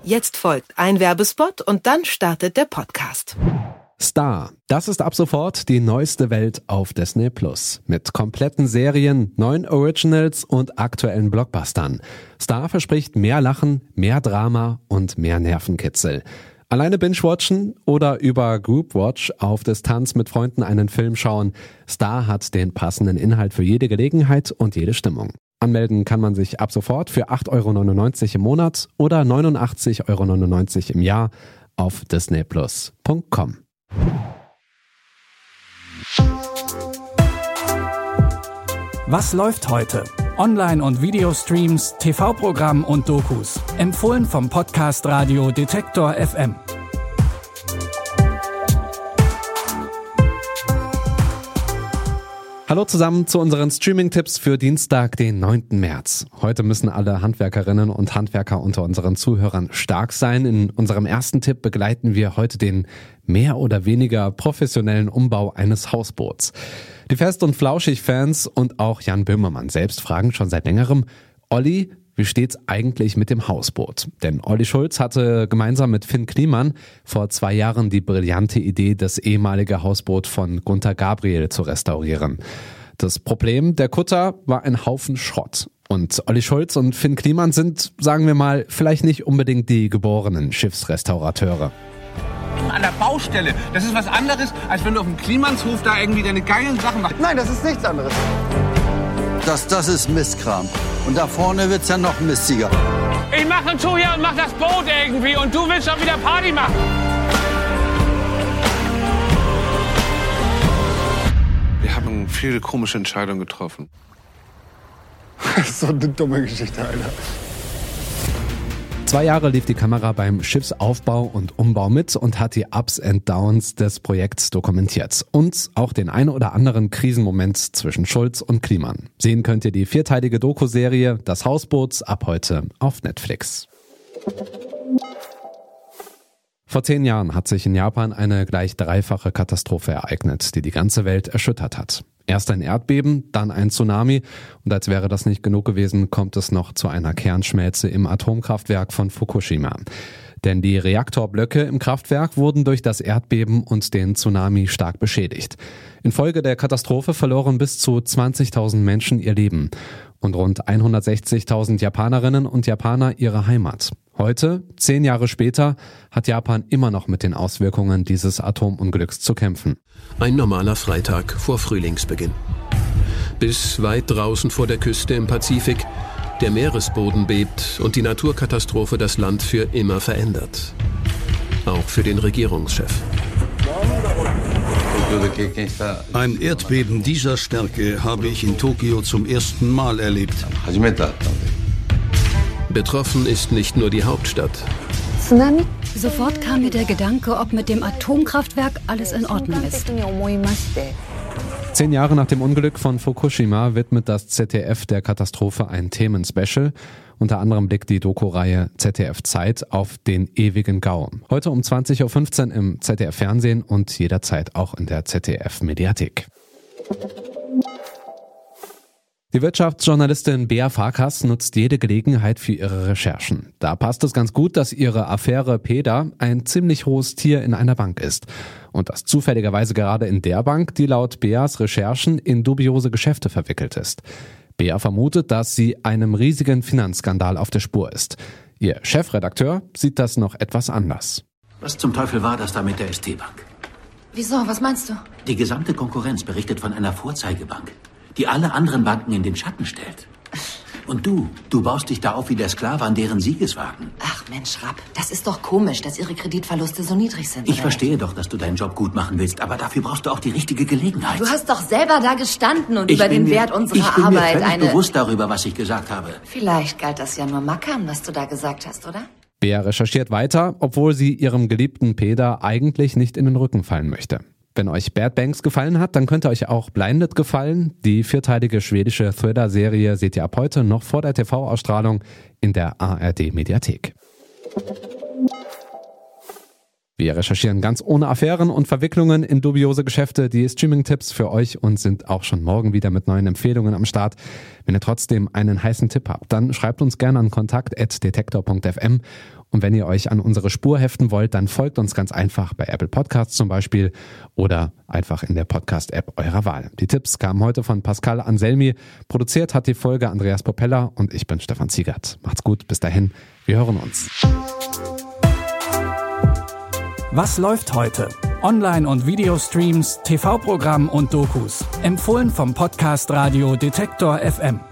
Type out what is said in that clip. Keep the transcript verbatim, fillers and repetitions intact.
Jetzt folgt ein Werbespot und dann startet der Podcast. Star, das ist ab sofort die neueste Welt auf Disney Plus. Mit kompletten Serien, neuen Originals und aktuellen Blockbustern. Star verspricht mehr Lachen, mehr Drama und mehr Nervenkitzel. Alleine binge-watchen oder über Group-Watch auf Distanz mit Freunden einen Film schauen. Star hat den passenden Inhalt für jede Gelegenheit und jede Stimmung. Anmelden kann man sich ab sofort für acht Euro neunundneunzig im Monat oder neunundachtzig Euro neunundneunzig im Jahr auf disney plus punkt com. Was läuft heute? Online- und Videostreams, T V-Programm und Dokus. Empfohlen vom Podcast Radio Detektor F M. Hallo zusammen zu unseren Streaming-Tipps für Dienstag, den neunten März. Heute müssen alle Handwerkerinnen und Handwerker unter unseren Zuhörern stark sein. In unserem ersten Tipp begleiten wir heute den mehr oder weniger professionellen Umbau eines Hausboots. Die Fest- und Flauschig-Fans und auch Jan Böhmermann selbst fragen schon seit längerem: Olli, wie steht's eigentlich mit dem Hausboot? Denn Olli Schulz hatte gemeinsam mit Finn Kliman vor zwei Jahren die brillante Idee, das ehemalige Hausboot von Gunther Gabriel zu restaurieren. Das Problem, der Kutter war ein Haufen Schrott. Und Olli Schulz und Finn Kliman sind, sagen wir mal, vielleicht nicht unbedingt die geborenen Schiffsrestaurateure. An der Baustelle, das ist was anderes, als wenn du auf dem Klimanshof da irgendwie deine geilen Sachen machst. Nein, das ist nichts anderes. Das, das ist Mistkram. Und da vorne wird's ja noch mistiger. Ich mache einen Schuh hier und mach das Boot irgendwie und du willst schon wieder Party machen. Wir haben viele komische Entscheidungen getroffen. Das ist so eine dumme Geschichte, Alter. Zwei Jahre lief die Kamera beim Schiffsaufbau und Umbau mit und hat die Ups and Downs des Projekts dokumentiert. Und auch den ein oder anderen Krisenmoment zwischen Schulz und Kliman. Sehen könnt ihr die vierteilige Doku-Serie Das Hausboot ab heute auf Netflix. Vor zehn Jahren hat sich in Japan eine gleich dreifache Katastrophe ereignet, die die ganze Welt erschüttert hat. Erst ein Erdbeben, dann ein Tsunami und als wäre das nicht genug gewesen, kommt es noch zu einer Kernschmelze im Atomkraftwerk von Fukushima. Denn die Reaktorblöcke im Kraftwerk wurden durch das Erdbeben und den Tsunami stark beschädigt. Infolge der Katastrophe verloren bis zu zwanzigtausend Menschen ihr Leben und rund hundertsechzigtausend Japanerinnen und Japaner ihre Heimat. Heute, zehn Jahre später, hat Japan immer noch mit den Auswirkungen dieses Atomunglücks zu kämpfen. Ein normaler Freitag vor Frühlingsbeginn. Bis weit draußen vor der Küste im Pazifik der Meeresboden bebt und die Naturkatastrophe das Land für immer verändert. Auch für den Regierungschef. Ein Erdbeben dieser Stärke habe ich in Tokio zum ersten Mal erlebt. Betroffen ist nicht nur die Hauptstadt. Tsunami? Sofort kam mir der Gedanke, ob mit dem Atomkraftwerk alles in Ordnung ist. Zehn Jahre nach dem Unglück von Fukushima widmet das Z D F der Katastrophe ein Themenspecial. Unter anderem blickt die Doku-Reihe Z D F Zeit auf den ewigen Gau. Heute um zwanzig Uhr fünfzehn im Z D F Fernsehen und jederzeit auch in der Z D F Mediathek. Die Wirtschaftsjournalistin Bea Farkas nutzt jede Gelegenheit für ihre Recherchen. Da passt es ganz gut, dass ihre Affäre Peda ein ziemlich hohes Tier in einer Bank ist. Und das zufälligerweise gerade in der Bank, die laut Beas Recherchen in dubiose Geschäfte verwickelt ist. Bea vermutet, dass sie einem riesigen Finanzskandal auf der Spur ist. Ihr Chefredakteur sieht das noch etwas anders. Was zum Teufel war das da mit der S T-Bank? Wieso? Was meinst du? Die gesamte Konkurrenz berichtet von einer Vorzeigebank, die alle anderen Banken in den Schatten stellt. Und du, du baust dich da auf wie der Sklave an deren Siegeswagen. Ach Mensch, Rapp, das ist doch komisch, dass ihre Kreditverluste so niedrig sind. Ich verstehe doch, dass du deinen Job gut machen willst, aber dafür brauchst du auch die richtige Gelegenheit. Du hast doch selber da gestanden und ich über den mir, Wert unserer ich bin Arbeit mir völlig eine... bewusst darüber, was ich gesagt habe. Vielleicht galt das ja nur Mackern, was du da gesagt hast, oder? Bea recherchiert weiter, obwohl sie ihrem geliebten Peda eigentlich nicht in den Rücken fallen möchte. Wenn euch Bad Banks gefallen hat, dann könnte euch auch Blinded gefallen. Die vierteilige schwedische Thriller-Serie seht ihr ab heute noch vor der T V-Ausstrahlung in der A R D-Mediathek. Wir recherchieren ganz ohne Affären und Verwicklungen in dubiose Geschäfte die Streaming-Tipps für euch und sind auch schon morgen wieder mit neuen Empfehlungen am Start. Wenn ihr trotzdem einen heißen Tipp habt, dann schreibt uns gerne an kontakt at detektor punkt f m Und wenn ihr euch an unsere Spur heften wollt, dann folgt uns ganz einfach bei Apple Podcasts zum Beispiel oder einfach in der Podcast-App eurer Wahl. Die Tipps kamen heute von Pascal Anselmi. Produziert hat die Folge Andreas Popella und ich bin Stefan Ziegert. Macht's gut, bis dahin, wir hören uns. Was läuft heute? Online- und Videostreams, T V-Programm und Dokus. Empfohlen vom Podcast Radio Detektor F M.